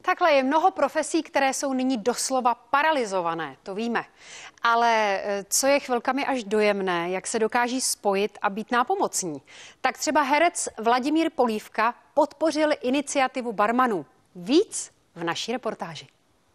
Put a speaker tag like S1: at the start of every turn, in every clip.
S1: Takhle je mnoho profesí, které jsou nyní doslova paralyzované, to víme. Ale co je chvilkami až dojemné, jak se dokáží spojit a být nápomocní. Tak třeba herec Vladimír Polívka podpořil iniciativu barmanů. Víc v naší reportáži.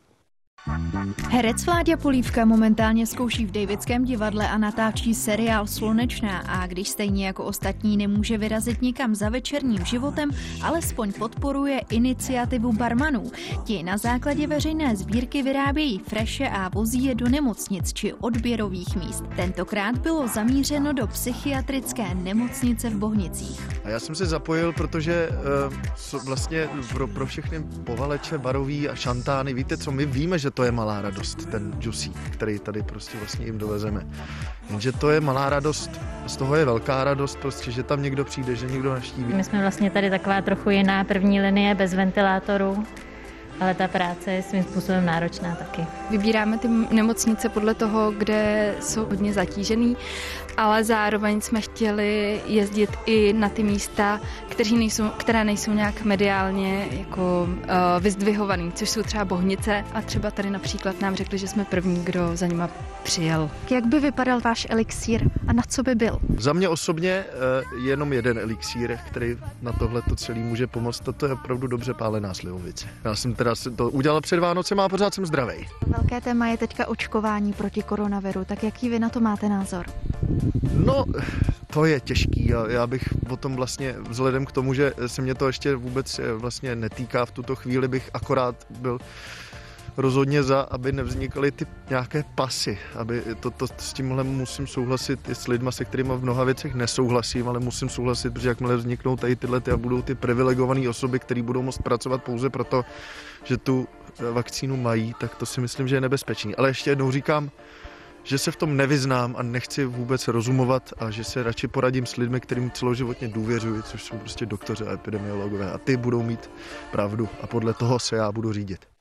S2: Herec Vláďa Polívka momentálně zkouší v Davidském divadle a natáčí seriál Slunečná a když stejně jako ostatní nemůže vyrazit nikam za večerním životem, alespoň podporuje iniciativu barmanů. Ti na základě veřejné sbírky vyrábějí freše a vozí je do nemocnic či odběrových míst. Tentokrát bylo zamířeno do psychiatrické nemocnice v Bohnicích.
S3: A já jsem se zapojil, protože vlastně pro všechny povaleče, baroví a šantány, víte co, my víme, že to je malá radost, ten džusík, který tady prostě vlastně jim dovezeme. Jenže to je malá radost, z toho je velká radost prostě, že tam někdo přijde, že někdo navštíví.
S4: My jsme vlastně tady taková trochu jiná první linie bez ventilátorů, ale ta práce je svým způsobem náročná taky.
S5: Vybíráme ty nemocnice podle toho, kde jsou hodně zatížený, ale zároveň jsme chtěli jezdit i na ty místa, které nejsou nějak mediálně jako vyzdvihovaný, což jsou třeba Bohnice a třeba tady například nám řekli, že jsme první, kdo za nima přijel.
S2: Jak by vypadal váš elixír a na co by byl?
S3: Za mě osobně jenom jeden elixír, který na tohle to celý může pomoct, to je opravdu dobře pálená slivovice. Já jsem teda to udělal před Vánocem a pořád jsem zdravej.
S2: Velké téma je teďka očkování proti koronaviru, tak jaký vy na to máte názor?
S3: No, to je těžký a já bych o tom vlastně, vzhledem k tomu, že se mě to ještě vůbec vlastně netýká v tuto chvíli, bych akorát byl rozhodně za, aby nevznikaly ty nějaké pasy, aby s tímhle musím souhlasit i s lidma, se kterými v mnoha věcech nesouhlasím, ale musím souhlasit, protože jakmile vzniknou tady tyhle a budou ty privilegované osoby, které budou moct pracovat pouze proto, že tu vakcínu mají, tak to si myslím, že je nebezpečný. Ale ještě jednou říkám, že se v tom nevyznám a nechci vůbec rozumovat a že se radši poradím s lidmi, kterým celoživotně důvěřuji, což jsou prostě doktoři a epidemiologové a ty budou mít pravdu a podle toho se já budu řídit.